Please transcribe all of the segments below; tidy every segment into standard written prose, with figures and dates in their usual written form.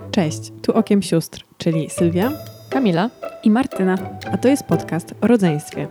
Cześć, tu Okiem Sióstr, czyli Sylwia, Kamila i Martyna. a to jest podcast o rodzeństwie.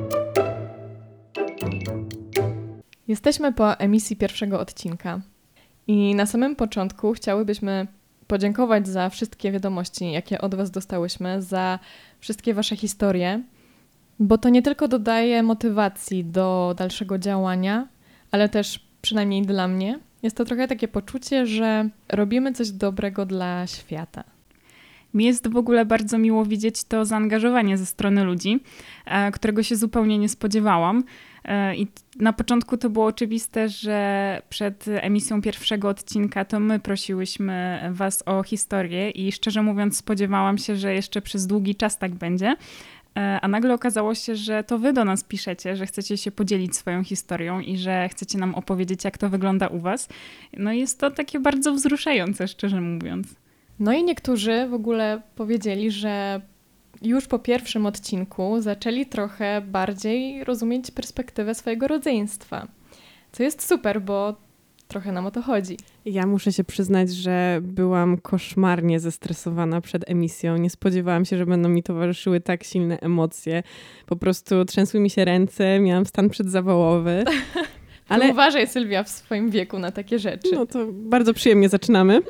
Jesteśmy po emisji pierwszego odcinka i na samym początku chciałybyśmy podziękować za wszystkie wiadomości, jakie od Was dostałyśmy, za wszystkie Wasze historie, bo to nie tylko dodaje motywacji do dalszego działania, ale też, przynajmniej dla mnie, jest to trochę takie poczucie, że robimy coś dobrego dla świata. Mi jest w ogóle bardzo miło widzieć to zaangażowanie ze strony ludzi, którego się zupełnie nie spodziewałam. I na początku to było oczywiste, że przed emisją pierwszego odcinka to my prosiłyśmy Was o historię i szczerze mówiąc spodziewałam się, że jeszcze przez długi czas tak będzie. A nagle okazało się, że to wy do nas piszecie, że chcecie się podzielić swoją historią i że chcecie nam opowiedzieć, jak to wygląda u was. No jest to takie bardzo wzruszające, szczerze mówiąc. No i niektórzy w ogóle powiedzieli, że już po pierwszym odcinku zaczęli trochę bardziej rozumieć perspektywę swojego rodzeństwa. Co jest super, bo trochę nam o to chodzi. Ja muszę się przyznać, że byłam koszmarnie zestresowana przed emisją. Nie spodziewałam się, że będą mi towarzyszyły tak silne emocje. Po prostu trzęsły mi się ręce, miałam stan przedzawałowy. Ale uważaj, Sylwia, w swoim wieku na takie rzeczy. No to bardzo przyjemnie zaczynamy.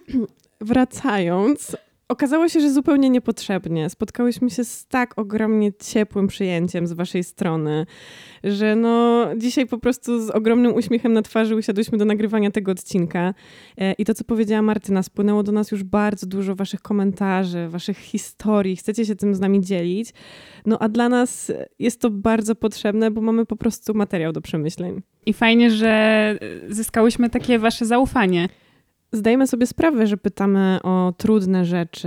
Wracając, okazało się, że zupełnie niepotrzebnie. Spotkałyśmy się z tak ogromnie ciepłym przyjęciem z waszej strony, że dzisiaj po prostu z ogromnym uśmiechem na twarzy usiadłyśmy do nagrywania tego odcinka. I to, co powiedziała Martyna, spłynęło do nas już bardzo dużo waszych komentarzy, waszych historii. Chcecie się tym z nami dzielić. A dla nas jest to bardzo potrzebne, bo mamy po prostu materiał do przemyśleń. I fajnie, że zyskałyśmy takie wasze zaufanie. Zdajemy sobie sprawę, że pytamy o trudne rzeczy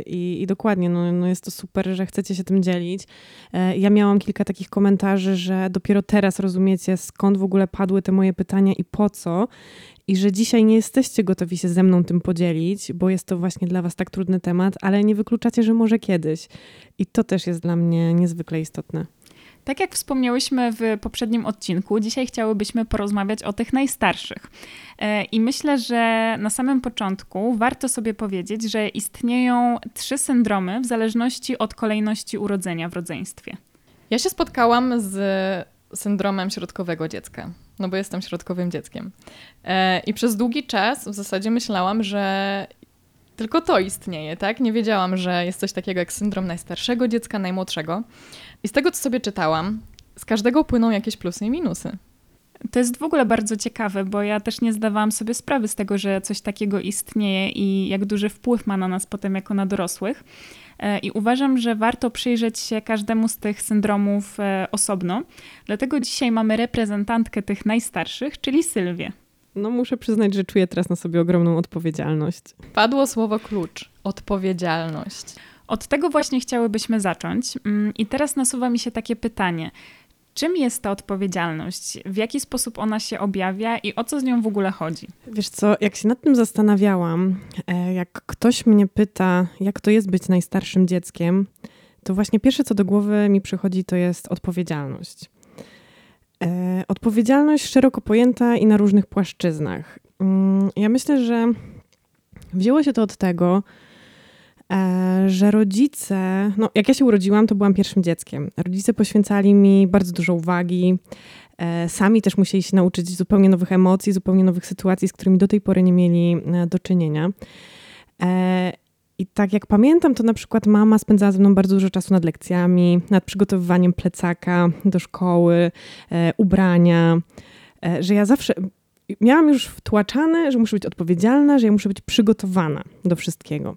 i dokładnie, jest to super, że chcecie się tym dzielić. Ja miałam kilka takich komentarzy, że dopiero teraz rozumiecie, skąd w ogóle padły te moje pytania i po co. I że dzisiaj nie jesteście gotowi się ze mną tym podzielić, bo jest to właśnie dla was tak trudny temat, ale nie wykluczacie, że może kiedyś. I to też jest dla mnie niezwykle istotne. Tak jak wspomniałyśmy w poprzednim odcinku, dzisiaj chciałybyśmy porozmawiać o tych najstarszych. I myślę, że na samym początku warto sobie powiedzieć, że istnieją 3 syndromy w zależności od kolejności urodzenia w rodzeństwie. Ja się spotkałam z syndromem środkowego dziecka, bo jestem środkowym dzieckiem. I przez długi czas w zasadzie myślałam, że tylko to istnieje, tak? Nie wiedziałam, że jest coś takiego jak syndrom najstarszego dziecka, najmłodszego. I z tego, co sobie czytałam, z każdego płyną jakieś plusy i minusy. To jest w ogóle bardzo ciekawe, bo ja też nie zdawałam sobie sprawy z tego, że coś takiego istnieje i jak duży wpływ ma na nas potem jako na dorosłych. I uważam, że warto przyjrzeć się każdemu z tych syndromów osobno. Dlatego dzisiaj mamy reprezentantkę tych najstarszych, czyli Sylwię. Muszę przyznać, że czuję teraz na sobie ogromną odpowiedzialność. Padło słowo klucz. Odpowiedzialność. Od tego właśnie chciałybyśmy zacząć. I teraz nasuwa mi się takie pytanie. Czym jest ta odpowiedzialność? W jaki sposób ona się objawia i o co z nią w ogóle chodzi? Wiesz co, jak się nad tym zastanawiałam, jak ktoś mnie pyta, jak to jest być najstarszym dzieckiem, to właśnie pierwsze, co do głowy mi przychodzi, to jest odpowiedzialność. Odpowiedzialność szeroko pojęta i na różnych płaszczyznach. Ja myślę, że wzięło się to od tego, że rodzice, jak ja się urodziłam, to byłam pierwszym dzieckiem. Rodzice poświęcali mi bardzo dużo uwagi. Sami też musieli się nauczyć zupełnie nowych emocji, zupełnie nowych sytuacji, z którymi do tej pory nie mieli do czynienia. I tak jak pamiętam, to na przykład mama spędzała ze mną bardzo dużo czasu nad lekcjami, nad przygotowywaniem plecaka do szkoły, ubrania, że ja zawsze miałam już wtłaczane, że muszę być odpowiedzialna, że ja muszę być przygotowana do wszystkiego.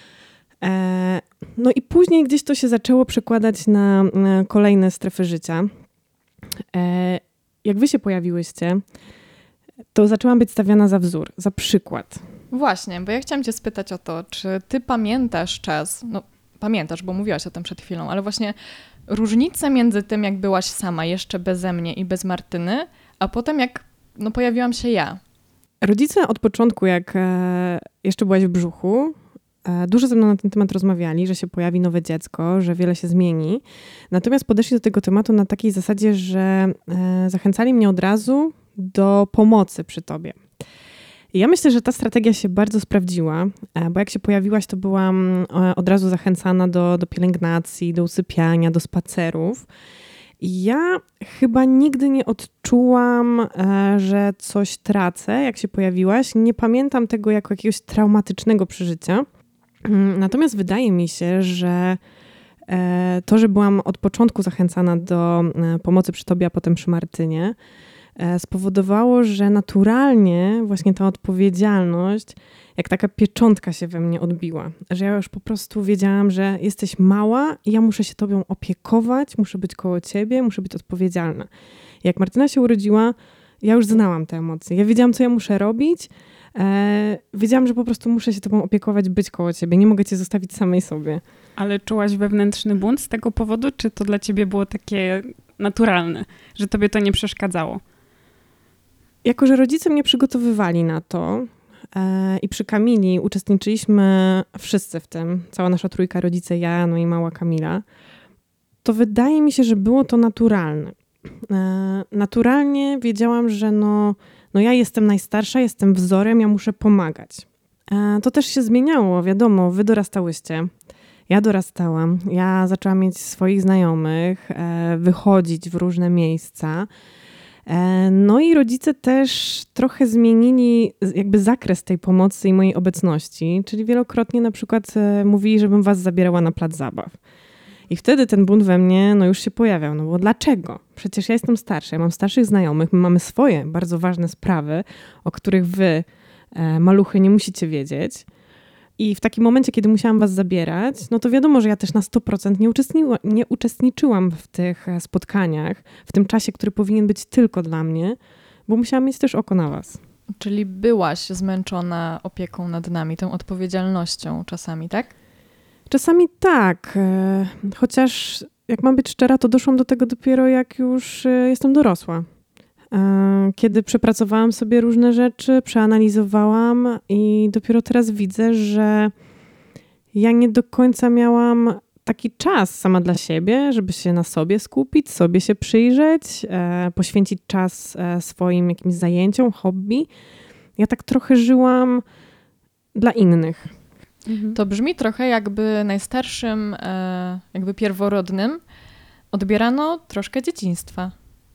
I później gdzieś to się zaczęło przekładać na kolejne strefy życia. Jak wy się pojawiłyście, to zaczęłam być stawiana za wzór, za przykład. Właśnie, bo ja chciałam cię spytać o to, czy ty pamiętasz czas, pamiętasz, bo mówiłaś o tym przed chwilą, ale właśnie różnicę między tym, jak byłaś sama jeszcze beze mnie i bez Martyny, a potem jak pojawiłam się ja. Rodzice od początku, jak jeszcze byłaś w brzuchu, dużo ze mną na ten temat rozmawiali, że się pojawi nowe dziecko, że wiele się zmieni. Natomiast podeszli do tego tematu na takiej zasadzie, że zachęcali mnie od razu do pomocy przy tobie. I ja myślę, że ta strategia się bardzo sprawdziła, bo jak się pojawiłaś, to byłam od razu zachęcana do pielęgnacji, do usypiania, do spacerów. I ja chyba nigdy nie odczułam, że coś tracę, jak się pojawiłaś. Nie pamiętam tego jako jakiegoś traumatycznego przeżycia. Natomiast wydaje mi się, że to, że byłam od początku zachęcana do pomocy przy tobie, a potem przy Martynie, spowodowało, że naturalnie właśnie ta odpowiedzialność, jak taka pieczątka się we mnie odbiła. Że ja już po prostu wiedziałam, że jesteś mała i ja muszę się tobą opiekować, muszę być koło ciebie, muszę być odpowiedzialna. Jak Martyna się urodziła, ja już znałam te emocje. Ja wiedziałam, co ja muszę robić. Wiedziałam, że po prostu muszę się tobą opiekować, być koło ciebie. Nie mogę cię zostawić samej sobie. Ale czułaś wewnętrzny bunt z tego powodu, czy to dla ciebie było takie naturalne, że tobie to nie przeszkadzało? Jako że rodzice mnie przygotowywali na to i przy Kamili uczestniczyliśmy wszyscy w tym, cała nasza trójka, rodzice, ja, no i mała Kamila, to wydaje mi się, że było to naturalne. Naturalnie wiedziałam, że no ja jestem najstarsza, jestem wzorem, ja muszę pomagać. To też się zmieniało, wiadomo, wy dorastałyście. Ja dorastałam, ja zaczęłam mieć swoich znajomych, wychodzić w różne miejsca. No i rodzice też trochę zmienili jakby zakres tej pomocy i mojej obecności, czyli wielokrotnie na przykład mówili, żebym was zabierała na plac zabaw. I wtedy ten bunt we mnie już się pojawiał, bo dlaczego? Przecież ja jestem starsza, ja mam starszych znajomych, my mamy swoje bardzo ważne sprawy, o których wy, maluchy, nie musicie wiedzieć. I w takim momencie, kiedy musiałam was zabierać, no to wiadomo, że ja też na 100% nie uczestniczyłam w tych spotkaniach, w tym czasie, który powinien być tylko dla mnie, bo musiałam mieć też oko na was. Czyli byłaś zmęczona opieką nad nami, tą odpowiedzialnością czasami, tak? Czasami tak, chociaż jak mam być szczera, to doszłam do tego dopiero jak już jestem dorosła. Kiedy przepracowałam sobie różne rzeczy, przeanalizowałam i dopiero teraz widzę, że ja nie do końca miałam taki czas sama dla siebie, żeby się na sobie skupić, sobie się przyjrzeć, poświęcić czas swoim jakimś zajęciom, hobby. Ja tak trochę żyłam dla innych. To brzmi trochę jakby najstarszym, jakby pierworodnym odbierano troszkę dzieciństwa.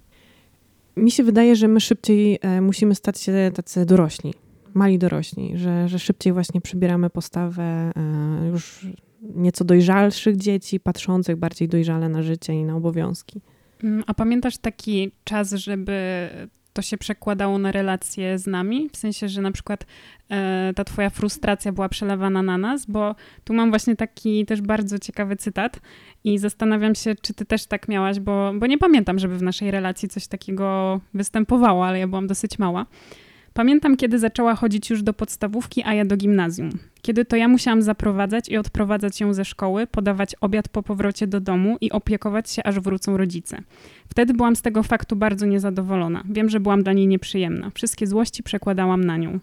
Mi się wydaje, że my szybciej musimy stać się tacy dorośli, mali dorośli, że szybciej właśnie przybieramy postawę już nieco dojrzalszych dzieci, patrzących bardziej dojrzale na życie i na obowiązki. A pamiętasz taki czas, żeby to się przekładało na relacje z nami? W sensie, że na przykład ta twoja frustracja była przelewana na nas, bo tu mam właśnie taki też bardzo ciekawy cytat i zastanawiam się, czy ty też tak miałaś, bo nie pamiętam, żeby w naszej relacji coś takiego występowało, ale ja byłam dosyć mała. Pamiętam, kiedy zaczęła chodzić już do podstawówki, a ja do gimnazjum. Kiedy to ja musiałam zaprowadzać i odprowadzać ją ze szkoły, podawać obiad po powrocie do domu i opiekować się, aż wrócą rodzice. Wtedy byłam z tego faktu bardzo niezadowolona. Wiem, że byłam dla niej nieprzyjemna. Wszystkie złości przekładałam na nią.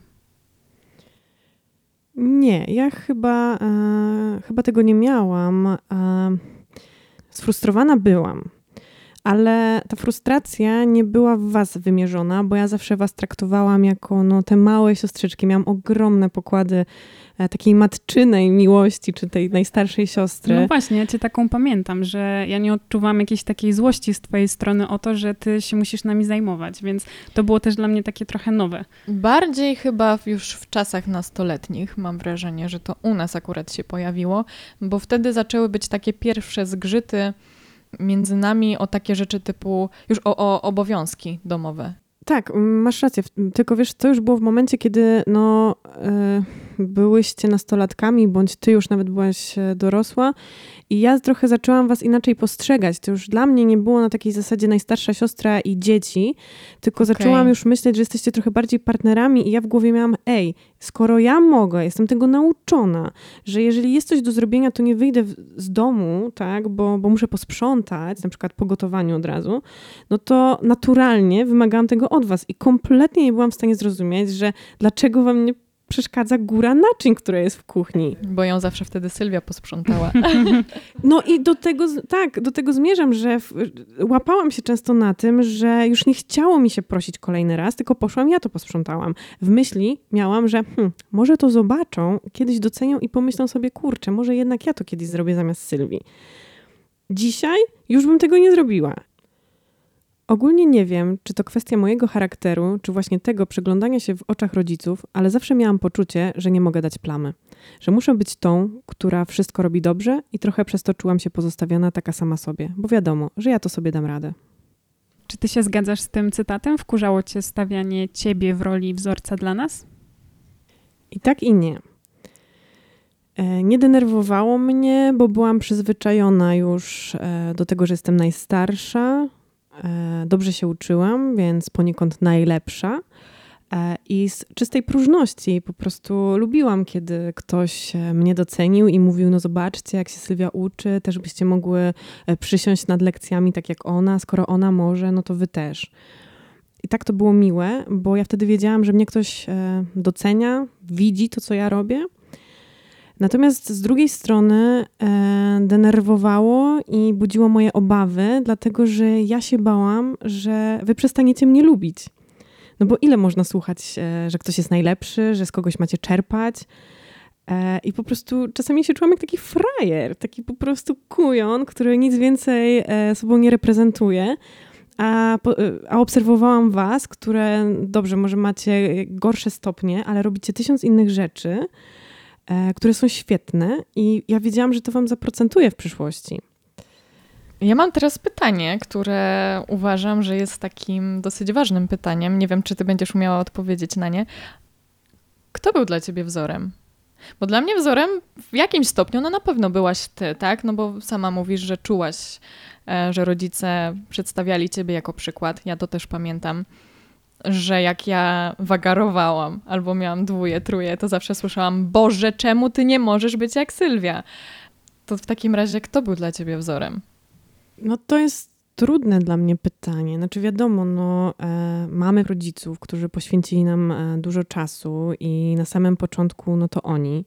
Nie, ja chyba tego nie miałam. Sfrustrowana byłam. Ale ta frustracja nie była w was wymierzona, bo ja zawsze was traktowałam jako te małe siostrzyczki. Miałam ogromne pokłady takiej matczynej miłości, czy tej najstarszej siostry. No właśnie, ja cię taką pamiętam, że ja nie odczuwam jakiejś takiej złości z twojej strony o to, że ty się musisz nami zajmować, więc to było też dla mnie takie trochę nowe. Bardziej chyba już w czasach nastoletnich mam wrażenie, że to u nas akurat się pojawiło, bo wtedy zaczęły być takie pierwsze zgrzyty między nami o takie rzeczy typu już o obowiązki domowe. Tak, masz rację. Tylko wiesz, to już było w momencie, kiedy byłyście nastolatkami, bądź ty już nawet byłaś dorosła i ja trochę zaczęłam was inaczej postrzegać. To już dla mnie nie było na takiej zasadzie najstarsza siostra i dzieci, tylko zaczęłam już myśleć, że jesteście trochę bardziej partnerami i ja w głowie miałam, skoro ja mogę, jestem tego nauczona, że jeżeli jest coś do zrobienia, to nie wyjdę z domu, tak, bo muszę posprzątać, na przykład po gotowaniu od razu, no to naturalnie wymagałam tego od was i kompletnie nie byłam w stanie zrozumieć, że dlaczego wam nie przeszkadza góra naczyń, która jest w kuchni. Bo ją zawsze wtedy Sylwia posprzątała. No i do tego zmierzam, że łapałam się często na tym, że już nie chciało mi się prosić kolejny raz, tylko poszłam, ja to posprzątałam. W myśli miałam, że może to zobaczą, kiedyś docenią i pomyślą sobie, kurczę, może jednak ja to kiedyś zrobię zamiast Sylwii. Dzisiaj już bym tego nie zrobiła. Ogólnie nie wiem, czy to kwestia mojego charakteru, czy właśnie tego przeglądania się w oczach rodziców, ale zawsze miałam poczucie, że nie mogę dać plamy. Że muszę być tą, która wszystko robi dobrze i trochę przez to czułam się pozostawiona taka sama sobie, bo wiadomo, że ja to sobie dam radę. Czy ty się zgadzasz z tym cytatem? Wkurzało cię stawianie ciebie w roli wzorca dla nas? I tak i nie. Nie denerwowało mnie, bo byłam przyzwyczajona już do tego, że jestem najstarsza. Dobrze się uczyłam, więc poniekąd najlepsza. I z czystej próżności po prostu lubiłam, kiedy ktoś mnie docenił i mówił, no zobaczcie, jak się Sylwia uczy, też byście mogły przysiąść nad lekcjami tak jak ona, skoro ona może, no to wy też. I tak to było miłe, bo ja wtedy wiedziałam, że mnie ktoś docenia, widzi to, co ja robię. Natomiast z drugiej strony denerwowało i budziło moje obawy, dlatego że ja się bałam, że wy przestaniecie mnie lubić. No bo ile można słuchać, że ktoś jest najlepszy, że z kogoś macie czerpać. I po prostu czasami się czułam jak taki frajer, taki po prostu kujon, który nic więcej sobą nie reprezentuje. A obserwowałam was, które, dobrze, może macie gorsze stopnie, ale robicie 1000 innych rzeczy, które są świetne i ja wiedziałam, że to wam zaprocentuje w przyszłości. Ja mam teraz pytanie, które uważam, że jest takim dosyć ważnym pytaniem. Nie wiem, czy ty będziesz umiała odpowiedzieć na nie. Kto był dla ciebie wzorem? Bo dla mnie wzorem w jakimś stopniu, no na pewno byłaś ty, tak? No bo sama mówisz, że czułaś, że rodzice przedstawiali ciebie jako przykład. Ja to też pamiętam, że jak ja wagarowałam albo miałam 2, 3, to zawsze słyszałam: Boże, czemu ty nie możesz być jak Sylwia? To w takim razie kto był dla ciebie wzorem? No to jest trudne dla mnie pytanie. Znaczy wiadomo, mamy rodziców, którzy poświęcili nam dużo czasu i na samym początku no to oni.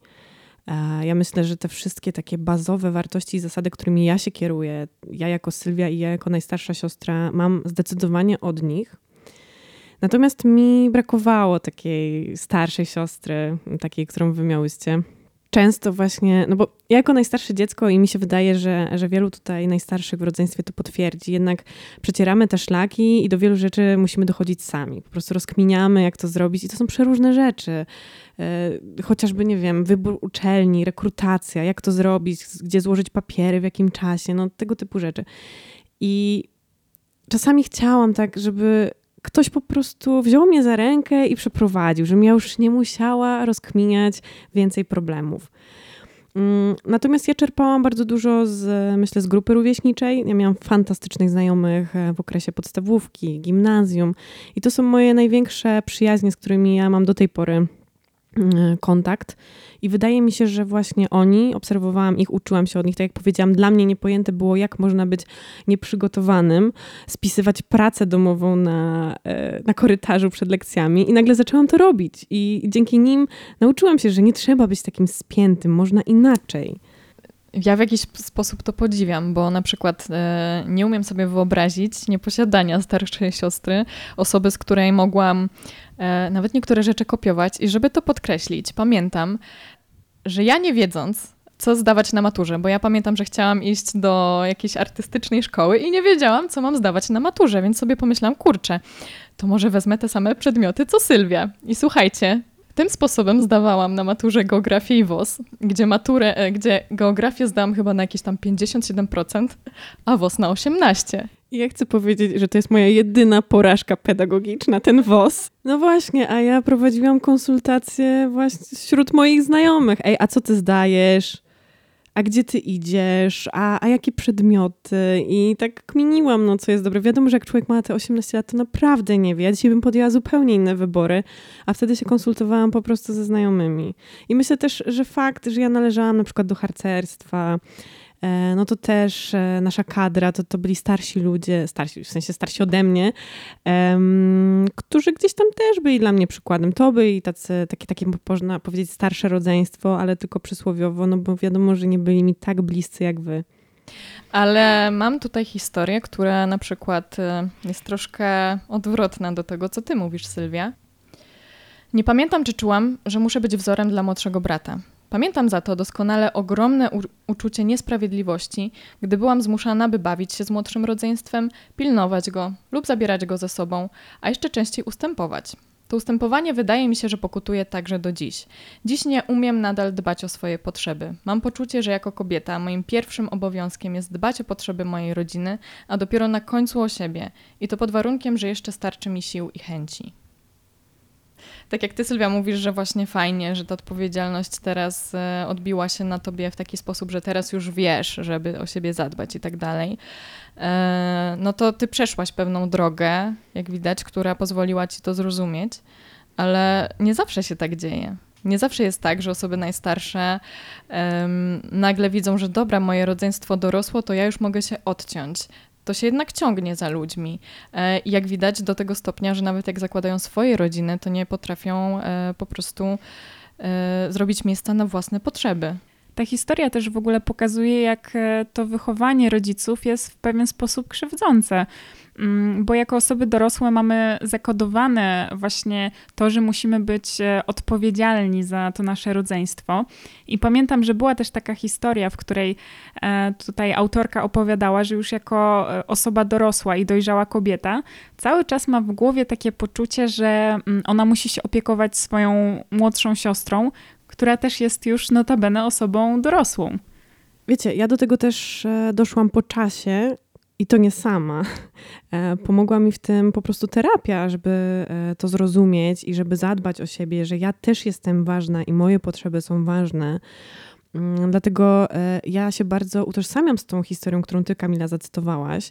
Ja myślę, że te wszystkie takie bazowe wartości i zasady, którymi ja się kieruję, ja jako Sylwia i ja jako najstarsza siostra, mam zdecydowanie od nich. Natomiast mi brakowało takiej starszej siostry, takiej, którą wy miałyście. Często właśnie, no bo ja jako najstarsze dziecko i mi się wydaje, że wielu tutaj najstarszych w rodzeństwie to potwierdzi, jednak przecieramy te szlaki i do wielu rzeczy musimy dochodzić sami. Po prostu rozkminiamy, jak to zrobić i to są przeróżne rzeczy. Chociażby, nie wiem, wybór uczelni, rekrutacja, jak to zrobić, gdzie złożyć papiery, w jakim czasie, no tego typu rzeczy. I czasami chciałam tak, żeby ktoś po prostu wziął mnie za rękę i przeprowadził, żebym ja już nie musiała rozkminiać więcej problemów. Natomiast ja czerpałam bardzo dużo myślę, z grupy rówieśniczej. Ja miałam fantastycznych znajomych w okresie podstawówki, gimnazjum i to są moje największe przyjaźnie, z którymi ja mam do tej pory kontakt. I wydaje mi się, że właśnie oni, obserwowałam ich, uczyłam się od nich, tak jak powiedziałam, dla mnie niepojęte było, jak można być nieprzygotowanym, spisywać pracę domową na korytarzu przed lekcjami i nagle zaczęłam to robić i dzięki nim nauczyłam się, że nie trzeba być takim spiętym, można inaczej. Ja w jakiś sposób to podziwiam, bo na przykład nie umiem sobie wyobrazić nieposiadania starszej siostry, osoby, z której mogłam nawet niektóre rzeczy kopiować. I żeby to podkreślić, pamiętam, że ja nie wiedząc, co zdawać na maturze, bo ja pamiętam, że chciałam iść do jakiejś artystycznej szkoły i nie wiedziałam, co mam zdawać na maturze, więc sobie pomyślałam, kurczę, to może wezmę te same przedmioty, co Sylwia. I słuchajcie, tym sposobem zdawałam na maturze geografię i WOS, gdzie geografię zdałam chyba na jakieś tam 57%, a WOS na 18%. I ja chcę powiedzieć, że to jest moja jedyna porażka pedagogiczna, ten WOS. No właśnie, a ja prowadziłam konsultacje właśnie wśród moich znajomych. Ej, a co ty zdajesz? A gdzie ty idziesz? A jakie przedmioty? I tak kminiłam, no co jest dobre. Wiadomo, że jak człowiek ma te 18 lat, to naprawdę nie wie. Ja dzisiaj bym podjęła zupełnie inne wybory, a wtedy się konsultowałam po prostu ze znajomymi. I myślę też, że fakt, że ja należałam na przykład do harcerstwa, no to też nasza kadra, to byli starsi ludzie, w sensie starsi ode mnie, którzy gdzieś tam też byli dla mnie przykładem. To byli takie można powiedzieć starsze rodzeństwo, ale tylko przysłowiowo, no bo wiadomo, że nie byli mi tak bliscy jak wy. Ale mam tutaj historię, która na przykład jest troszkę odwrotna do tego, co ty mówisz, Sylwia. Nie pamiętam, czy czułam, że muszę być wzorem dla młodszego brata. Pamiętam za to doskonale ogromne uczucie niesprawiedliwości, gdy byłam zmuszana, by bawić się z młodszym rodzeństwem, pilnować go lub zabierać go ze sobą, a jeszcze częściej ustępować. To ustępowanie wydaje mi się, że pokutuje także do dziś. Dziś nie umiem nadal dbać o swoje potrzeby. Mam poczucie, że jako kobieta moim pierwszym obowiązkiem jest dbać o potrzeby mojej rodziny, a dopiero na końcu o siebie. I to pod warunkiem, że jeszcze starczy mi sił i chęci. Tak jak ty, Sylwia, mówisz, że właśnie fajnie, że ta odpowiedzialność teraz odbiła się na tobie w taki sposób, że teraz już wiesz, żeby o siebie zadbać i tak dalej. No to ty przeszłaś pewną drogę, jak widać, która pozwoliła ci to zrozumieć, ale nie zawsze się tak dzieje. Nie zawsze jest tak, że osoby najstarsze nagle widzą, że dobra, moje rodzeństwo dorosło, to ja już mogę się odciąć. To się jednak ciągnie za ludźmi. I jak widać do tego stopnia, że nawet jak zakładają swoje rodziny, to nie potrafią po prostu zrobić miejsca na własne potrzeby. Ta historia też w ogóle pokazuje, jak to wychowanie rodziców jest w pewien sposób krzywdzące. Bo jako osoby dorosłe mamy zakodowane właśnie to, że musimy być odpowiedzialni za to nasze rodzeństwo. I pamiętam, że była też taka historia, w której tutaj autorka opowiadała, że już jako osoba dorosła i dojrzała kobieta cały czas ma w głowie takie poczucie, że ona musi się opiekować swoją młodszą siostrą, która też jest już notabene osobą dorosłą. Wiecie, ja do tego też doszłam po czasie i to nie sama. Pomogła mi w tym po prostu terapia, żeby to zrozumieć i żeby zadbać o siebie, że ja też jestem ważna i moje potrzeby są ważne. Dlatego ja się bardzo utożsamiam z tą historią, którą ty, Kamila, zacytowałaś,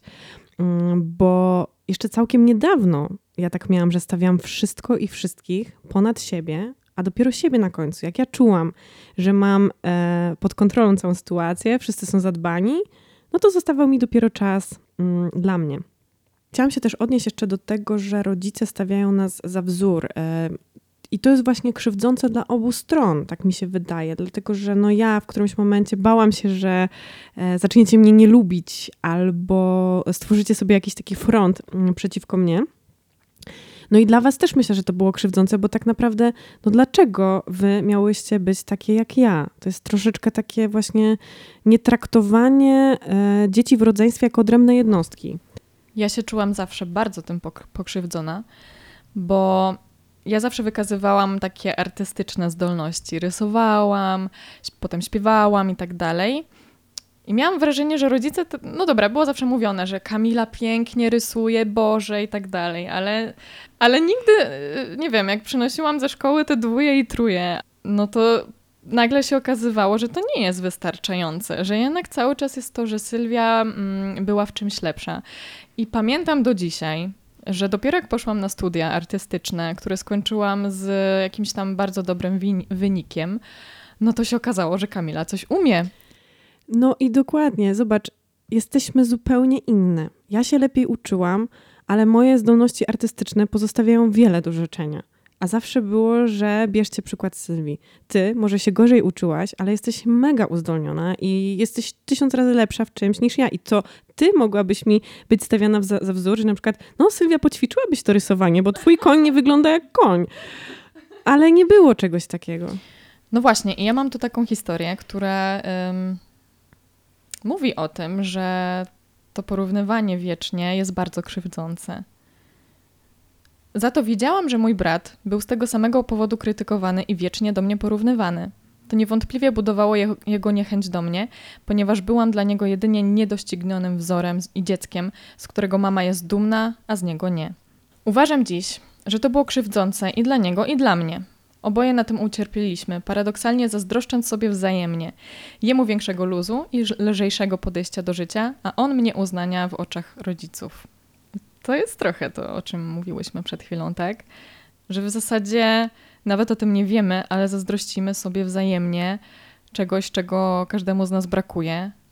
bo jeszcze całkiem niedawno ja tak miałam, że stawiam wszystko i wszystkich ponad siebie, a dopiero siebie na końcu. Jak ja czułam, że mam pod kontrolą całą sytuację, wszyscy są zadbani, no to zostawał mi dopiero czas dla mnie. Chciałam się też odnieść jeszcze do tego, że rodzice stawiają nas za wzór. I to jest właśnie krzywdzące dla obu stron, tak mi się wydaje. Dlatego, że no ja w którymś momencie bałam się, że zaczniecie mnie nie lubić albo stworzycie sobie jakiś taki front przeciwko mnie. No i dla was też myślę, że to było krzywdzące, bo tak naprawdę, no dlaczego wy miałyście być takie jak ja? To jest troszeczkę takie właśnie nietraktowanie dzieci w rodzeństwie jako odrębne jednostki. Ja się czułam zawsze bardzo tym pokrzywdzona, bo ja zawsze wykazywałam takie artystyczne zdolności. Rysowałam, potem śpiewałam i tak dalej. I miałam wrażenie, że rodzice, no dobra, było zawsze mówione, że Kamila pięknie rysuje, Boże i tak dalej, ale nigdy, nie wiem, jak przynosiłam ze szkoły te 2 i 3, no to nagle się okazywało, że to nie jest wystarczające, że jednak cały czas jest to, że Sylwia była w czymś lepsza. I pamiętam do dzisiaj, że dopiero jak poszłam na studia artystyczne, które skończyłam z jakimś tam bardzo dobrym wynikiem, no to się okazało, że Kamila coś umie. No i dokładnie, zobacz, jesteśmy zupełnie inne. Ja się lepiej uczyłam, ale moje zdolności artystyczne pozostawiają wiele do życzenia. A zawsze było, że bierzcie przykład Sylwii. Ty może się gorzej uczyłaś, ale jesteś mega uzdolniona i jesteś 1000 razy lepsza w czymś niż ja. I to ty mogłabyś mi być stawiana za wzór, że na przykład, no Sylwia, poćwiczyłabyś to rysowanie, bo twój koń nie wygląda jak koń. Ale nie było czegoś takiego. No właśnie, i ja mam tu taką historię, która mówi o tym, że to porównywanie wiecznie jest bardzo krzywdzące. Za to widziałam, że mój brat był z tego samego powodu krytykowany i wiecznie do mnie porównywany. To niewątpliwie budowało jego niechęć do mnie, ponieważ byłam dla niego jedynie niedoścignionym wzorem i dzieckiem, z którego mama jest dumna, a z niego nie. Uważam dziś, że to było krzywdzące i dla niego, i dla mnie. Oboje na tym ucierpieliśmy, paradoksalnie zazdroszcząc sobie wzajemnie. Jemu większego luzu i lżejszego podejścia do życia, a on mnie uznania w oczach rodziców. To jest trochę to, o czym mówiłyśmy przed chwilą, tak? Że w zasadzie nawet o tym nie wiemy, ale zazdrościmy sobie wzajemnie czegoś, czego każdemu z nas brakuje.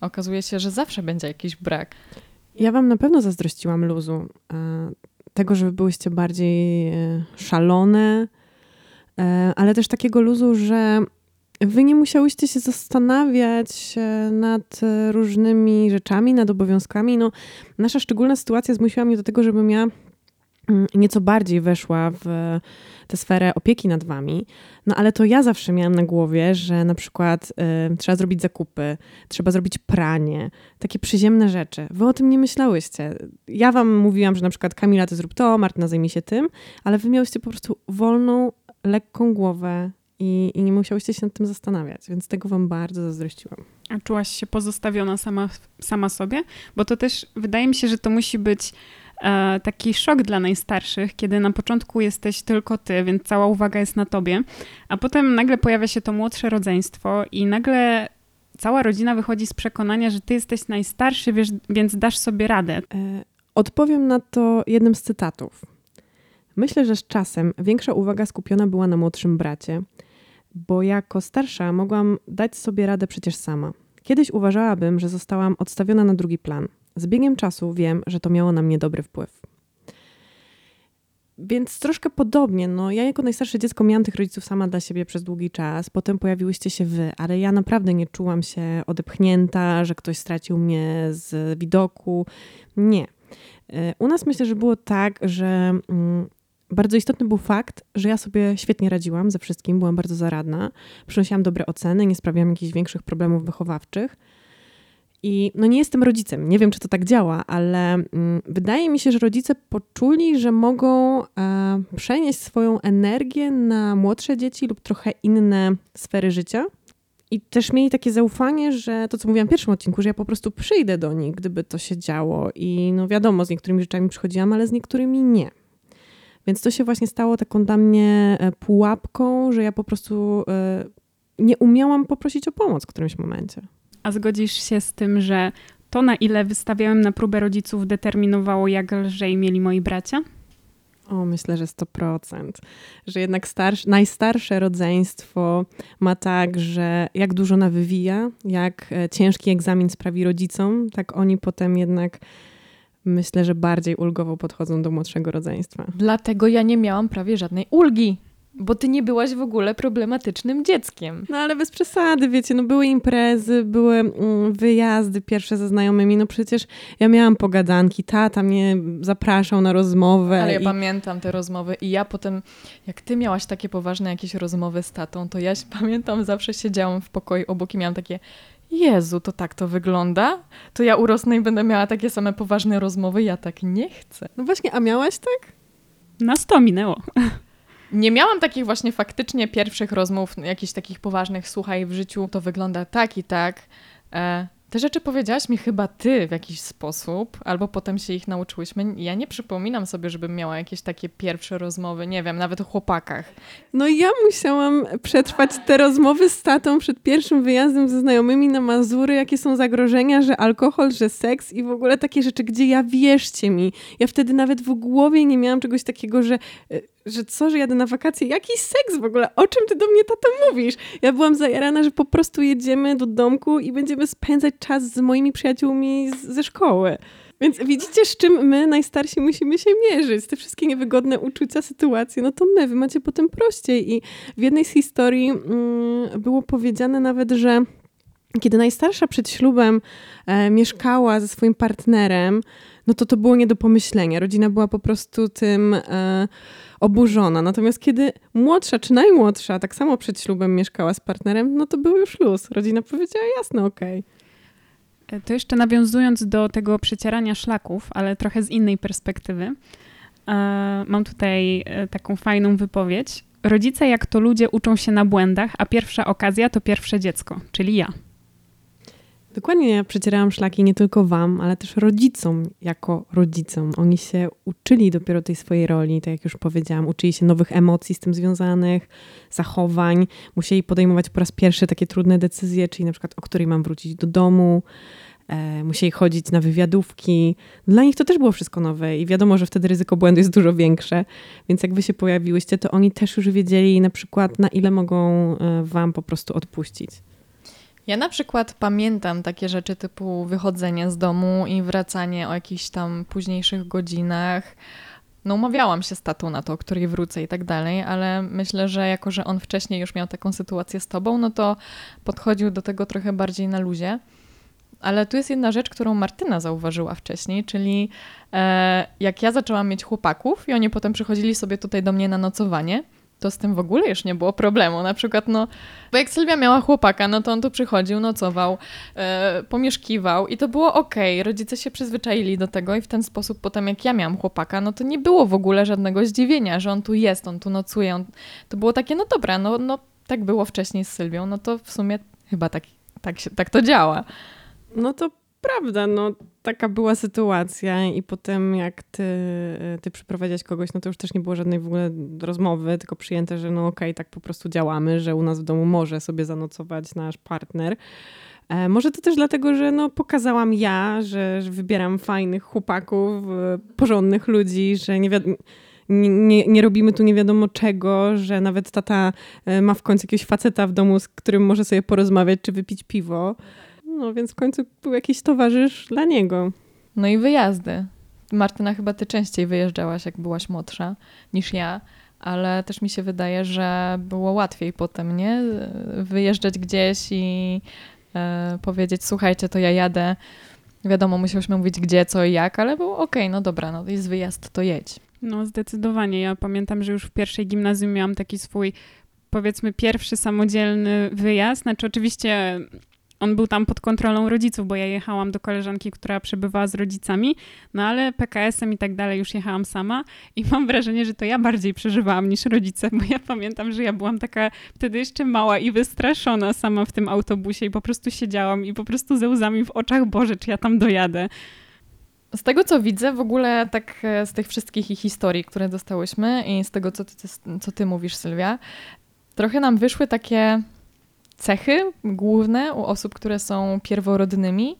okazuje się, że zawsze będzie jakiś brak. Ja wam na pewno zazdrościłam luzu. Tego, że byłyście bardziej szalone, ale też takiego luzu, że wy nie musiałyście się zastanawiać nad różnymi rzeczami, nad obowiązkami. No, nasza szczególna sytuacja zmusiła mnie do tego, żebym ja nieco bardziej weszła w tę sferę opieki nad wami. No ale to ja zawsze miałam na głowie, że na przykład trzeba zrobić zakupy, trzeba zrobić pranie, takie przyziemne rzeczy. Wy o tym nie myślałyście. Ja wam mówiłam, że na przykład Kamila, ty zrób to, Martyna zajmie się tym, ale wy miałyście po prostu wolną, lekką głowę i nie musiałyście się nad tym zastanawiać, więc tego wam bardzo zazdrościłam. A czułaś się pozostawiona sama sobie? Bo to też wydaje mi się, że to musi być taki szok dla najstarszych, kiedy na początku jesteś tylko ty, więc cała uwaga jest na tobie, a potem nagle pojawia się to młodsze rodzeństwo i nagle cała rodzina wychodzi z przekonania, że ty jesteś najstarszy, więc dasz sobie radę. Odpowiem na to jednym z cytatów. Myślę, że z czasem większa uwaga skupiona była na młodszym bracie, bo jako starsza mogłam dać sobie radę przecież sama. Kiedyś uważałabym, że zostałam odstawiona na drugi plan. Z biegiem czasu wiem, że to miało na mnie dobry wpływ. Więc troszkę podobnie, no ja jako najstarsze dziecko miałam tych rodziców sama dla siebie przez długi czas, potem pojawiłyście się wy, ale ja naprawdę nie czułam się odepchnięta, że ktoś stracił mnie z widoku. Nie. U nas myślę, że było tak, że bardzo istotny był fakt, że ja sobie świetnie radziłam ze wszystkim, byłam bardzo zaradna, przynosiłam dobre oceny, nie sprawiałam jakichś większych problemów wychowawczych. I no nie jestem rodzicem, nie wiem, czy to tak działa, ale wydaje mi się, że rodzice poczuli, że mogą przenieść swoją energię na młodsze dzieci lub trochę inne sfery życia. I też mieli takie zaufanie, że to, co mówiłam w pierwszym odcinku, że ja po prostu przyjdę do nich, gdyby to się działo. I no wiadomo, z niektórymi rzeczami przychodziłam, ale z niektórymi nie. Więc to się właśnie stało taką dla mnie pułapką, że ja po prostu nie umiałam poprosić o pomoc w którymś momencie. A zgodzisz się z tym, że to, na ile wystawiałem na próbę rodziców, determinowało, jak lżej mieli moi bracia? O, myślę, że 100%. Że jednak najstarsze rodzeństwo ma tak, że jak dużo nawywija, jak ciężki egzamin sprawi rodzicom, tak oni potem jednak myślę, że bardziej ulgowo podchodzą do młodszego rodzeństwa. Dlatego ja nie miałam prawie żadnej ulgi. Bo ty nie byłaś w ogóle problematycznym dzieckiem. No ale bez przesady, wiecie, no były imprezy, były wyjazdy pierwsze ze znajomymi, no przecież ja miałam pogadanki, tata mnie zapraszał na rozmowę. Ale ja pamiętam te rozmowy i ja potem, jak ty miałaś takie poważne jakieś rozmowy z tatą, to ja pamiętam, zawsze siedziałam w pokoju obok i miałam takie, Jezu, to tak to wygląda? To ja urosnę i będę miała takie same poważne rozmowy, ja tak nie chcę. No właśnie, a miałaś tak? Nas to minęło. Nie miałam takich właśnie faktycznie pierwszych rozmów, jakichś takich poważnych, słuchaj, w życiu to wygląda tak i tak. Te rzeczy powiedziałaś mi chyba ty w jakiś sposób, albo potem się ich nauczyłyśmy. Ja nie przypominam sobie, żebym miała jakieś takie pierwsze rozmowy, nie wiem, nawet o chłopakach. No ja musiałam przetrwać te rozmowy z tatą przed pierwszym wyjazdem ze znajomymi na Mazury, jakie są zagrożenia, że alkohol, że seks i w ogóle takie rzeczy, gdzie ja, wierzcie mi, ja wtedy nawet w głowie nie miałam czegoś takiego, że jadę na wakacje, jaki seks w ogóle, o czym ty do mnie, tato, mówisz? Ja byłam zajarana, że po prostu jedziemy do domku i będziemy spędzać czas z moimi przyjaciółmi ze szkoły. Więc widzicie, z czym my, najstarsi, musimy się mierzyć. Te wszystkie niewygodne uczucia, sytuacje, no to wy macie potem prościej. I w jednej z historii było powiedziane nawet, że kiedy najstarsza przed ślubem mieszkała ze swoim partnerem, no to było nie do pomyślenia. Rodzina była po prostu tym oburzona. Natomiast kiedy młodsza czy najmłodsza tak samo przed ślubem mieszkała z partnerem, no to był już luz. Rodzina powiedziała, jasne, okej. To jeszcze nawiązując do tego przecierania szlaków, ale trochę z innej perspektywy, mam tutaj taką fajną wypowiedź. Rodzice jak to ludzie uczą się na błędach, a pierwsza okazja to pierwsze dziecko, czyli ja. Dokładnie, ja przecierałam szlaki nie tylko wam, ale też rodzicom jako rodzicom. Oni się uczyli dopiero tej swojej roli, tak jak już powiedziałam, uczyli się nowych emocji z tym związanych, zachowań, musieli podejmować po raz pierwszy takie trudne decyzje, czyli na przykład o której mam wrócić do domu, musieli chodzić na wywiadówki. Dla nich to też było wszystko nowe i wiadomo, że wtedy ryzyko błędu jest dużo większe, więc jak wy się pojawiłyście, to oni też już wiedzieli na przykład, na ile mogą wam po prostu odpuścić. Ja na przykład pamiętam takie rzeczy typu wychodzenie z domu i wracanie o jakichś tam późniejszych godzinach. No umawiałam się z tatą na to, o której wrócę i tak dalej, ale myślę, że jako, że on wcześniej już miał taką sytuację z tobą, no to podchodził do tego trochę bardziej na luzie. Ale tu jest jedna rzecz, którą Martyna zauważyła wcześniej, czyli jak ja zaczęłam mieć chłopaków i oni potem przychodzili sobie tutaj do mnie na nocowanie, to z tym w ogóle już nie było problemu. Na przykład, no, bo jak Sylwia miała chłopaka, no to on tu przychodził, nocował, pomieszkiwał i to było okej. Rodzice się przyzwyczaili do tego i w ten sposób potem jak ja miałam chłopaka, no to nie było w ogóle żadnego zdziwienia, że on tu jest, on tu nocuje. To było takie, no dobra, no tak było wcześniej z Sylwią, no to w sumie chyba tak to działa. No to prawda, no taka była sytuacja i potem jak ty przyprowadziłaś kogoś, no to już też nie było żadnej w ogóle rozmowy, tylko przyjęte, że no okej, tak po prostu działamy, że u nas w domu może sobie zanocować nasz partner. Może to też dlatego, że no pokazałam ja, że wybieram fajnych chłopaków, porządnych ludzi, że nie robimy tu nie wiadomo czego, że nawet tata ma w końcu jakiegoś faceta w domu, z którym może sobie porozmawiać czy wypić piwo. No więc w końcu był jakiś towarzysz dla niego. No i wyjazdy. Martyna, chyba ty częściej wyjeżdżałaś, jak byłaś młodsza niż ja, ale też mi się wydaje, że było łatwiej potem, nie? Wyjeżdżać gdzieś i powiedzieć, słuchajcie, to ja jadę. Wiadomo, musiałyśmy mówić gdzie, co i jak, ale było okej, no dobra, no jest wyjazd, to jedź. No zdecydowanie. Ja pamiętam, że już w pierwszej gimnazjum miałam taki swój, powiedzmy, pierwszy samodzielny wyjazd. Znaczy oczywiście on był tam pod kontrolą rodziców, bo ja jechałam do koleżanki, która przebywała z rodzicami, no ale PKS-em i tak dalej już jechałam sama i mam wrażenie, że to ja bardziej przeżywałam niż rodzice, bo ja pamiętam, że ja byłam taka wtedy jeszcze mała i wystraszona sama w tym autobusie i po prostu siedziałam i po prostu ze łzami w oczach, Boże, czy ja tam dojadę. Z tego, co widzę, w ogóle tak z tych wszystkich ich historii, które dostałyśmy i z tego, co ty mówisz, Sylwia, trochę nam wyszły takie cechy główne u osób, które są pierworodnymi.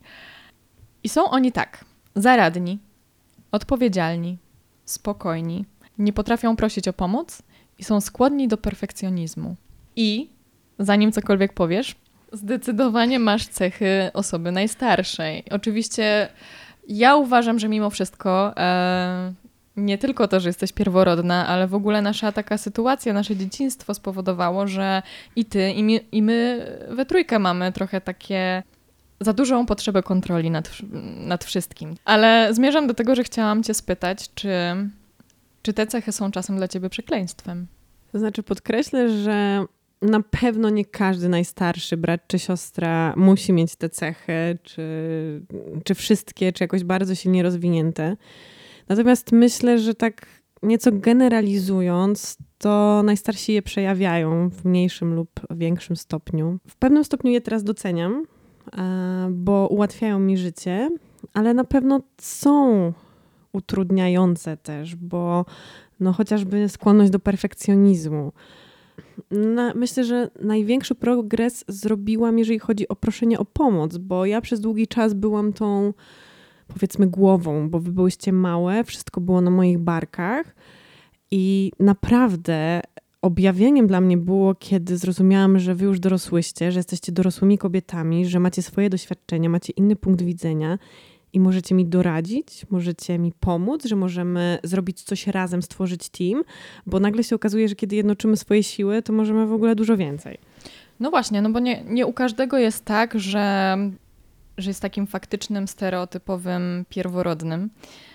I są oni tak: zaradni, odpowiedzialni, spokojni, nie potrafią prosić o pomoc i są skłonni do perfekcjonizmu. I, zanim cokolwiek powiesz, zdecydowanie masz cechy osoby najstarszej. Oczywiście ja uważam, że mimo wszystko nie tylko to, że jesteś pierworodna, ale w ogóle nasza taka sytuacja, nasze dzieciństwo spowodowało, że i ty, i my we trójkę mamy trochę takie za dużą kontroli nad wszystkim. Ale zmierzam do tego, że chciałam cię spytać, czy te cechy są czasem dla ciebie przekleństwem? To znaczy podkreślę, że na pewno nie każdy najstarszy brat czy siostra musi mieć te cechy, czy wszystkie, czy jakoś bardzo silnie rozwinięte. Natomiast myślę, że tak nieco generalizując, to najstarsi je przejawiają w mniejszym lub większym stopniu. W pewnym stopniu je teraz doceniam, bo ułatwiają mi życie, ale na pewno są utrudniające też, bo no chociażby skłonność do perfekcjonizmu. Myślę, że największy progres zrobiłam, jeżeli chodzi o proszenie o pomoc, bo ja przez długi czas byłam tą, powiedzmy, głową, bo wy byłyście małe, wszystko było na moich barkach i naprawdę objawieniem dla mnie było, kiedy zrozumiałam, że wy już dorosłyście, że jesteście dorosłymi kobietami, że macie swoje doświadczenia, macie inny punkt widzenia i możecie mi doradzić, możecie mi pomóc, że możemy zrobić coś razem, stworzyć team, bo nagle się okazuje, że kiedy jednoczymy swoje siły, to możemy w ogóle dużo więcej. No właśnie, no bo nie u każdego jest tak, że jest takim faktycznym, stereotypowym pierworodnym.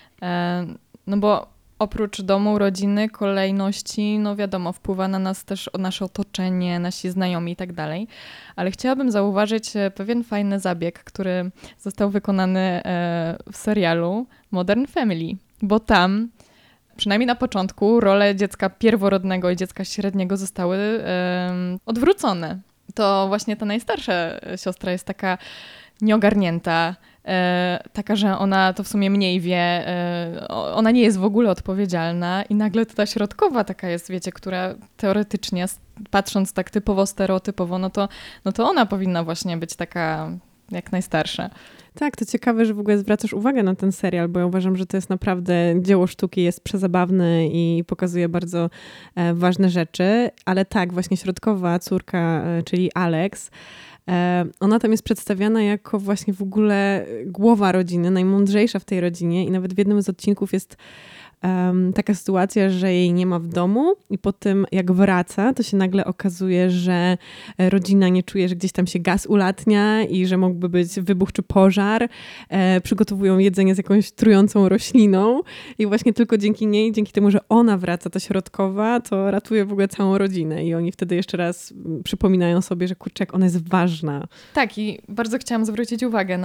No bo oprócz domu, rodziny, kolejności, no wiadomo, wpływa na nas też nasze otoczenie, nasi znajomi i tak dalej. Ale chciałabym zauważyć pewien fajny zabieg, który został wykonany w serialu Modern Family, bo tam, przynajmniej na początku, role dziecka pierworodnego i dziecka średniego zostały odwrócone. To właśnie ta najstarsza siostra jest taka nieogarnięta, taka, że ona to w sumie mniej wie, ona nie jest w ogóle odpowiedzialna i nagle ta środkowa taka jest, wiecie, która teoretycznie, patrząc tak typowo, stereotypowo, no to ona powinna właśnie być taka jak najstarsza. Tak, to ciekawe, że w ogóle zwracasz uwagę na ten serial, bo ja uważam, że to jest naprawdę dzieło sztuki, jest przezabawne i pokazuje bardzo ważne rzeczy, ale tak, właśnie środkowa córka, czyli Alex, Ona tam jest przedstawiana jako właśnie w ogóle głowa rodziny, najmądrzejsza w tej rodzinie i nawet w jednym z odcinków jest taka sytuacja, że jej nie ma w domu i po tym jak wraca, to się nagle okazuje, że rodzina nie czuje, że gdzieś tam się gaz ulatnia i że mógłby być wybuch czy pożar. Przygotowują jedzenie z jakąś trującą rośliną i właśnie tylko dzięki niej, dzięki temu, że ona wraca, ta środkowa, to ratuje w ogóle całą rodzinę i oni wtedy jeszcze raz przypominają sobie, że kurczę, jak ona jest ważna. Tak, i bardzo chciałam zwrócić uwagę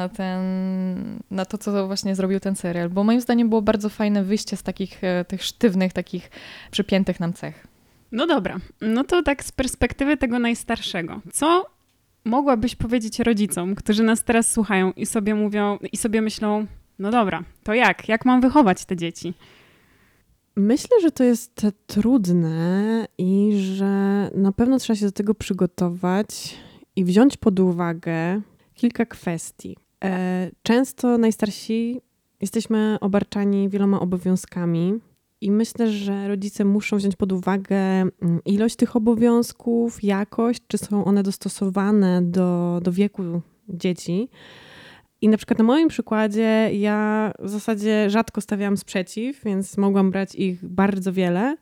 na to, co właśnie zrobił ten serial, bo moim zdaniem było bardzo fajne wyjście z tych sztywnych, takich przypiętych nam cech. No dobra, no to tak z perspektywy tego najstarszego. Co mogłabyś powiedzieć rodzicom, którzy nas teraz słuchają i sobie mówią, i sobie myślą, no dobra, to jak mam wychować te dzieci? Myślę, że to jest trudne i że na pewno trzeba się do tego przygotować i wziąć pod uwagę kilka kwestii. Często najstarsi jesteśmy obarczani wieloma obowiązkami i myślę, że rodzice muszą wziąć pod uwagę ilość tych obowiązków, jakość, czy są one dostosowane do wieku dzieci. I na przykład na moim przykładzie ja w zasadzie rzadko stawiałam sprzeciw, więc mogłam brać ich bardzo wiele.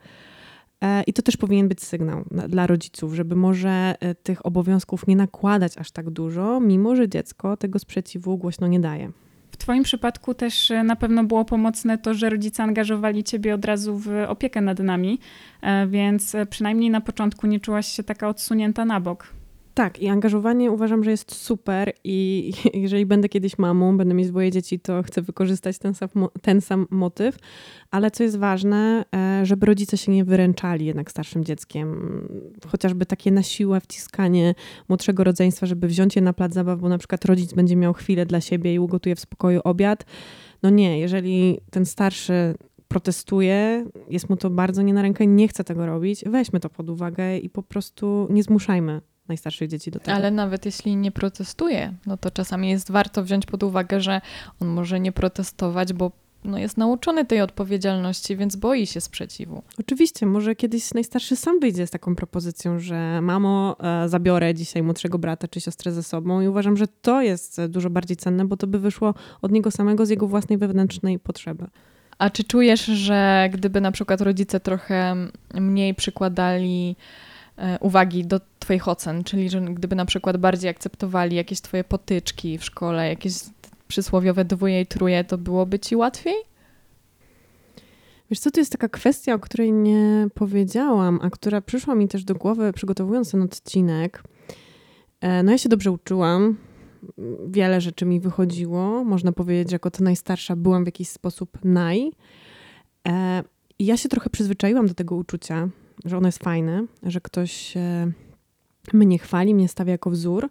I to też powinien być sygnał dla rodziców, żeby może tych obowiązków nie nakładać aż tak dużo, mimo że dziecko tego sprzeciwu głośno nie daje. W twoim przypadku też na pewno było pomocne to, że rodzice angażowali ciebie od razu w opiekę nad nami, więc przynajmniej na początku nie czułaś się taka odsunięta na bok. Tak, i angażowanie uważam, że jest super i jeżeli będę kiedyś mamą, będę mieć dwoje dzieci, to chcę wykorzystać ten sam motyw, ale co jest ważne, żeby rodzice się nie wyręczali jednak starszym dzieckiem. Chociażby takie na siłę wciskanie młodszego rodzeństwa, żeby wziąć je na plac zabaw, bo na przykład rodzic będzie miał chwilę dla siebie i ugotuje w spokoju obiad. No nie, jeżeli ten starszy protestuje, jest mu to bardzo nie na rękę, nie chce tego robić, weźmy to pod uwagę i po prostu nie zmuszajmy najstarszych dzieci do tego. Ale nawet jeśli nie protestuje, no to czasami jest warto wziąć pod uwagę, że on może nie protestować, bo jest nauczony tej odpowiedzialności, więc boi się sprzeciwu. Oczywiście, może kiedyś najstarszy sam wyjdzie z taką propozycją, że mamo, zabiorę dzisiaj młodszego brata czy siostrę ze sobą i uważam, że to jest dużo bardziej cenne, bo to by wyszło od niego samego, z jego własnej wewnętrznej potrzeby. A czy czujesz, że gdyby na przykład rodzice trochę mniej przykładali uwagi do twoich ocen, czyli że gdyby na przykład bardziej akceptowali jakieś twoje potyczki w szkole, jakieś przysłowiowe dwoje i truje, to byłoby ci łatwiej? Wiesz co, to jest taka kwestia, o której nie powiedziałam, a która przyszła mi też do głowy, przygotowując ten odcinek. No ja się dobrze uczyłam, wiele rzeczy mi wychodziło, można powiedzieć, że jako ta najstarsza byłam w jakiś sposób i ja się trochę przyzwyczaiłam do tego uczucia, że ono jest fajne, że ktoś mnie chwali, mnie stawia jako wzór.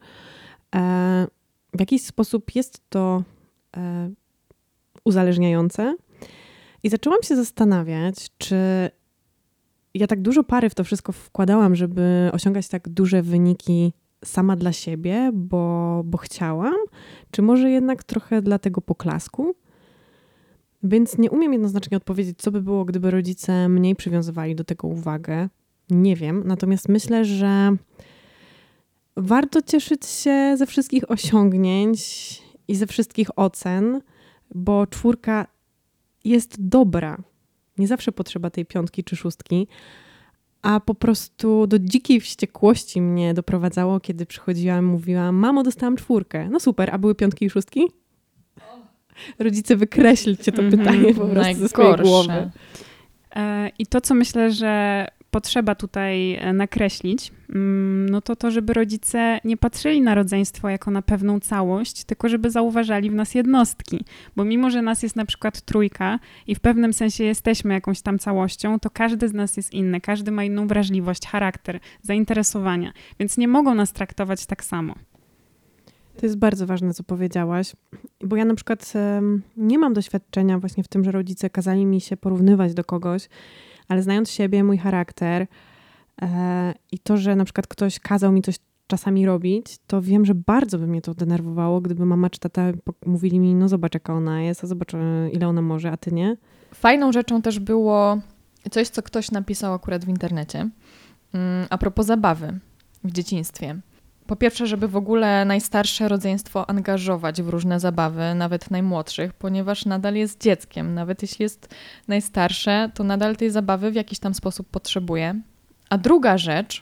W jakiś sposób jest to uzależniające. I zaczęłam się zastanawiać, czy ja tak dużo pary w to wszystko wkładałam, żeby osiągać tak duże wyniki sama dla siebie, bo chciałam, czy może jednak trochę dla tego poklasku. Więc nie umiem jednoznacznie odpowiedzieć, co by było, gdyby rodzice mniej przywiązywali do tego uwagę. Nie wiem, natomiast myślę, że warto cieszyć się ze wszystkich osiągnięć i ze wszystkich ocen, bo 4 jest dobra. Nie zawsze potrzeba tej 5 czy 6, a po prostu do dzikiej wściekłości mnie doprowadzało, kiedy przychodziłam i mówiłam, mamo, dostałam 4. No super, a były 5 i 6? Rodzice, wykreślcie to pytanie po prostu ze swojej głowy. I to, co myślę, że potrzeba tutaj nakreślić, no to, żeby rodzice nie patrzyli na rodzeństwo jako na pewną całość, tylko żeby zauważali w nas jednostki. Bo mimo, że nas jest na przykład 3 i w pewnym sensie jesteśmy jakąś tam całością, to każdy z nas jest inny, każdy ma inną wrażliwość, charakter, zainteresowania, więc nie mogą nas traktować tak samo. To jest bardzo ważne, co powiedziałaś, bo ja na przykład nie mam doświadczenia właśnie w tym, że rodzice kazali mi się porównywać do kogoś, ale znając siebie, mój charakter i to, że na przykład ktoś kazał mi coś czasami robić, to wiem, że bardzo by mnie to denerwowało, gdyby mama czy tata mówili mi, no zobacz jaka ona jest, a zobacz ile ona może, a ty nie. Fajną rzeczą też było coś, co ktoś napisał akurat w internecie a propos zabawy w dzieciństwie. po pierwsze, żeby w ogóle najstarsze rodzeństwo angażować w różne zabawy, nawet najmłodszych, ponieważ nadal jest dzieckiem. Nawet jeśli jest najstarsze, to nadal tej zabawy w jakiś tam sposób potrzebuje. A druga rzecz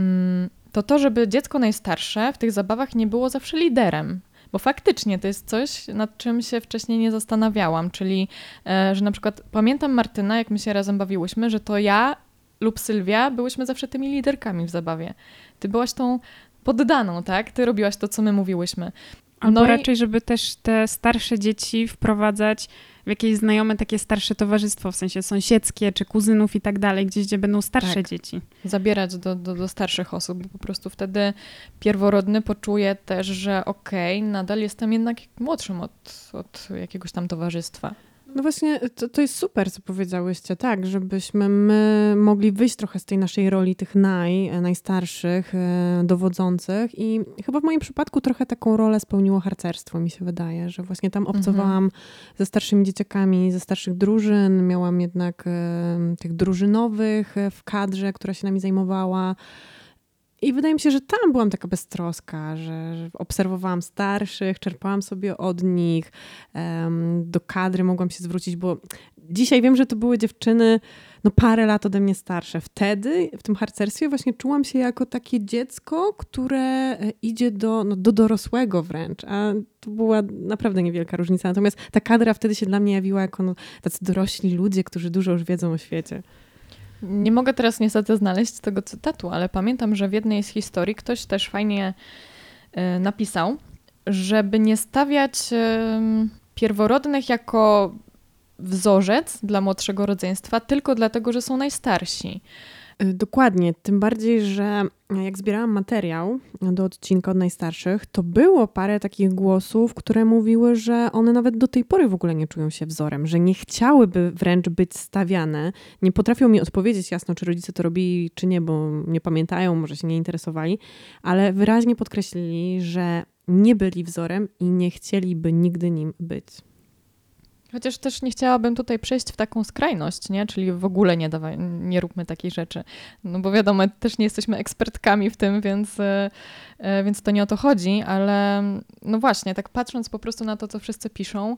to, żeby dziecko najstarsze w tych zabawach nie było zawsze liderem. Bo faktycznie to jest coś, nad czym się wcześniej nie zastanawiałam, czyli, że na przykład pamiętam Martyna, jak my się razem bawiłyśmy, że to ja lub Sylwia byłyśmy zawsze tymi liderkami w zabawie. Ty byłaś tą poddaną, tak? Ty robiłaś to, co my mówiłyśmy. Albo raczej, żeby też te starsze dzieci wprowadzać w jakieś znajome takie starsze towarzystwo, w sensie sąsiedzkie czy kuzynów i tak dalej, gdzie będą starsze dzieci. Zabierać do starszych osób, bo po prostu wtedy pierworodny poczuje też, że nadal jestem jednak młodszym od jakiegoś tam towarzystwa. No właśnie, to jest super, co powiedziałyście, tak, żebyśmy my mogli wyjść trochę z tej naszej roli tych najstarszych, dowodzących i chyba w moim przypadku trochę taką rolę spełniło harcerstwo, mi się wydaje, że właśnie tam obcowałam ze starszymi dzieciakami, ze starszych drużyn, miałam jednak tych drużynowych w kadrze, która się nami zajmowała. I wydaje mi się, że tam byłam taka beztroska, że obserwowałam starszych, czerpałam sobie od nich, do kadry mogłam się zwrócić, bo dzisiaj wiem, że to były dziewczyny parę lat ode mnie starsze. Wtedy w tym harcerstwie właśnie czułam się jako takie dziecko, które idzie do dorosłego wręcz, a to była naprawdę niewielka różnica. Natomiast ta kadra wtedy się dla mnie jawiła jako tacy dorośli ludzie, którzy dużo już wiedzą o świecie. Nie mogę teraz niestety znaleźć tego cytatu, ale pamiętam, że w jednej z historii ktoś też fajnie napisał, żeby nie stawiać pierworodnych jako wzorzec dla młodszego rodzeństwa tylko dlatego, że są najstarsi. Dokładnie, tym bardziej, że jak zbierałam materiał do odcinka od najstarszych, to było parę takich głosów, które mówiły, że one nawet do tej pory w ogóle nie czują się wzorem, że nie chciałyby wręcz być stawiane. Nie potrafią mi odpowiedzieć jasno, czy rodzice to robili, czy nie, bo nie pamiętają, może się nie interesowali, ale wyraźnie podkreślili, że nie byli wzorem i nie chcieliby nigdy nim być. Chociaż też nie chciałabym tutaj przejść w taką skrajność, nie? Czyli w ogóle nie róbmy takiej rzeczy. No bo wiadomo, też nie jesteśmy ekspertkami w tym, więc to nie o to chodzi, ale no właśnie, tak patrząc po prostu na to, co wszyscy piszą,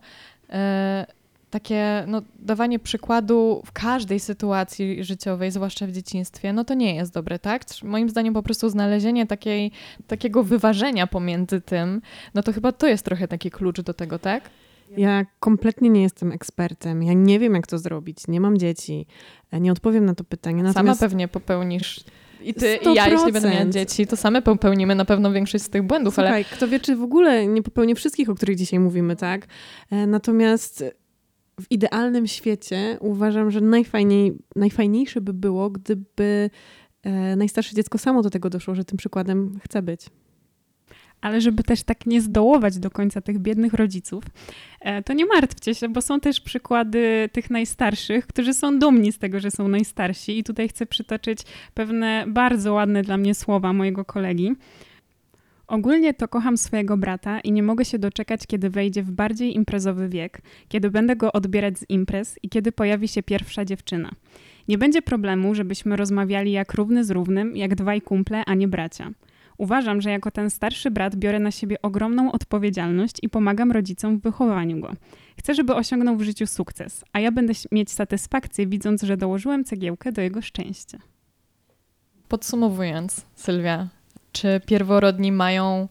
takie dawanie przykładu w każdej sytuacji życiowej, zwłaszcza w dzieciństwie, to nie jest dobre, tak? Moim zdaniem po prostu znalezienie takiego wyważenia pomiędzy tym, to chyba to jest trochę taki klucz do tego, tak? Ja kompletnie nie jestem ekspertem. Ja nie wiem, jak to zrobić. Nie mam dzieci. Nie odpowiem na to pytanie. Natomiast sama pewnie popełnisz. I ty, 100%. I ja, jeśli będę miała dzieci, to same popełnimy na pewno większość z tych błędów. Słuchaj, ale kto wie, czy w ogóle nie popełnię wszystkich, o których dzisiaj mówimy, tak? Natomiast w idealnym świecie uważam, że najfajniejsze by było, gdyby najstarsze dziecko samo do tego doszło, że tym przykładem chce być. Ale żeby też tak nie zdołować do końca tych biednych rodziców, to nie martwcie się, bo są też przykłady tych najstarszych, którzy są dumni z tego, że są najstarsi. I tutaj chcę przytoczyć pewne bardzo ładne dla mnie słowa mojego kolegi. Ogólnie to kocham swojego brata i nie mogę się doczekać, kiedy wejdzie w bardziej imprezowy wiek, kiedy będę go odbierać z imprez i kiedy pojawi się pierwsza dziewczyna. Nie będzie problemu, żebyśmy rozmawiali jak równy z równym, jak dwaj kumple, a nie bracia. Uważam, że jako ten starszy brat biorę na siebie ogromną odpowiedzialność i pomagam rodzicom w wychowaniu go. Chcę, żeby osiągnął w życiu sukces, a ja będę mieć satysfakcję, widząc, że dołożyłem cegiełkę do jego szczęścia. Podsumowując, Sylwia, czy pierworodni mają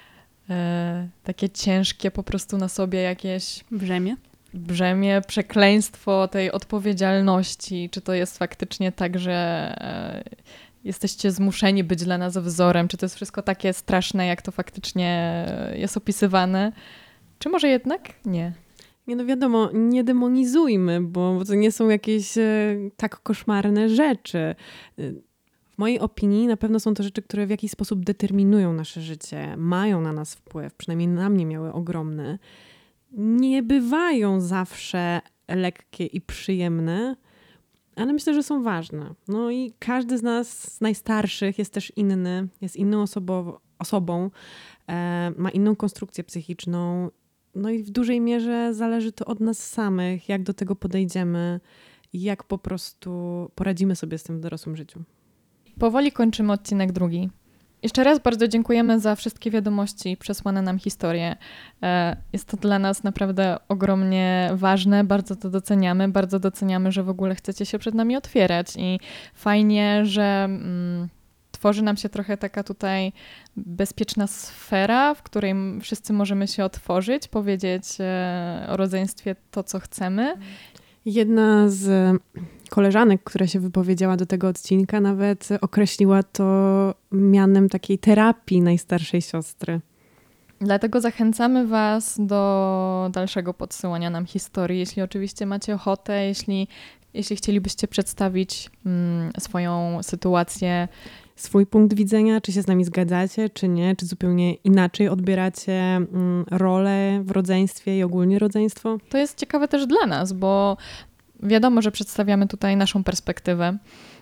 takie ciężkie po prostu na sobie jakieś brzemię, przekleństwo tej odpowiedzialności? Czy to jest faktycznie tak, że jesteście zmuszeni być dla nas wzorem? Czy to jest wszystko takie straszne, jak to faktycznie jest opisywane? Czy może jednak nie? Nie, wiadomo, nie demonizujmy, bo to nie są jakieś tak koszmarne rzeczy. W mojej opinii na pewno są to rzeczy, które w jakiś sposób determinują nasze życie, mają na nas wpływ, przynajmniej na mnie miały ogromny. Nie bywają zawsze lekkie i przyjemne, ale myślę, że są ważne. I każdy z nas, z najstarszych, jest też inny, jest inną osobą, ma inną konstrukcję psychiczną. I w dużej mierze zależy to od nas samych, jak do tego podejdziemy i jak po prostu poradzimy sobie z tym w dorosłym życiu. Powoli kończymy odcinek 2. Jeszcze raz bardzo dziękujemy za wszystkie wiadomości i przesłane nam historie. Jest to dla nas naprawdę ogromnie ważne, bardzo to doceniamy. Bardzo doceniamy, że w ogóle chcecie się przed nami otwierać i fajnie, że tworzy nam się trochę taka tutaj bezpieczna sfera, w której wszyscy możemy się otworzyć, powiedzieć o rodzeństwie to, co chcemy. Jedna z koleżanek, która się wypowiedziała do tego odcinka, nawet określiła to mianem takiej terapii najstarszej siostry. Dlatego zachęcamy Was do dalszego podsyłania nam historii, jeśli oczywiście macie ochotę, jeśli chcielibyście przedstawić swoją sytuację. Swój punkt widzenia, czy się z nami zgadzacie, czy nie, czy zupełnie inaczej odbieracie rolę w rodzeństwie i ogólnie rodzeństwo. To jest ciekawe też dla nas, bo wiadomo, że przedstawiamy tutaj naszą perspektywę.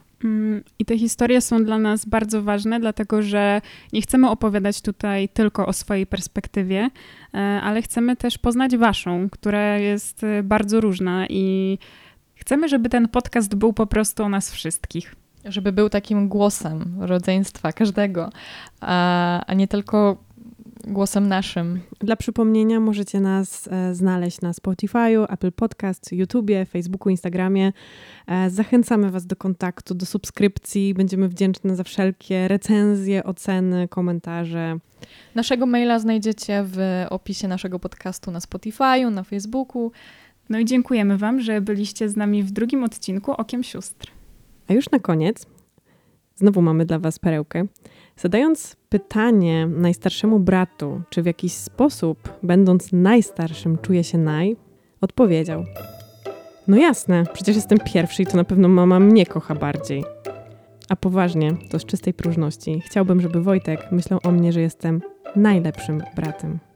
I te historie są dla nas bardzo ważne, dlatego że nie chcemy opowiadać tutaj tylko o swojej perspektywie, ale chcemy też poznać waszą, która jest bardzo różna i chcemy, żeby ten podcast był po prostu o nas wszystkich. Żeby był takim głosem rodzeństwa każdego, a nie tylko głosem naszym. Dla przypomnienia możecie nas znaleźć na Spotify'u, Apple Podcast, YouTubie, Facebooku, Instagramie. Zachęcamy Was do kontaktu, do subskrypcji. Będziemy wdzięczne za wszelkie recenzje, oceny, komentarze. Naszego maila znajdziecie w opisie naszego podcastu na Spotify'u, na Facebooku. No i dziękujemy Wam, że byliście z nami w drugim odcinku Okiem Sióstr. A już na koniec, znowu mamy dla Was perełkę. Zadając pytanie najstarszemu bratu, czy w jakiś sposób, będąc najstarszym, czuje się odpowiedział: no jasne, przecież jestem pierwszy i to na pewno mama mnie kocha bardziej. A poważnie, to z czystej próżności. Chciałbym, żeby Wojtek myślał o mnie, że jestem najlepszym bratem.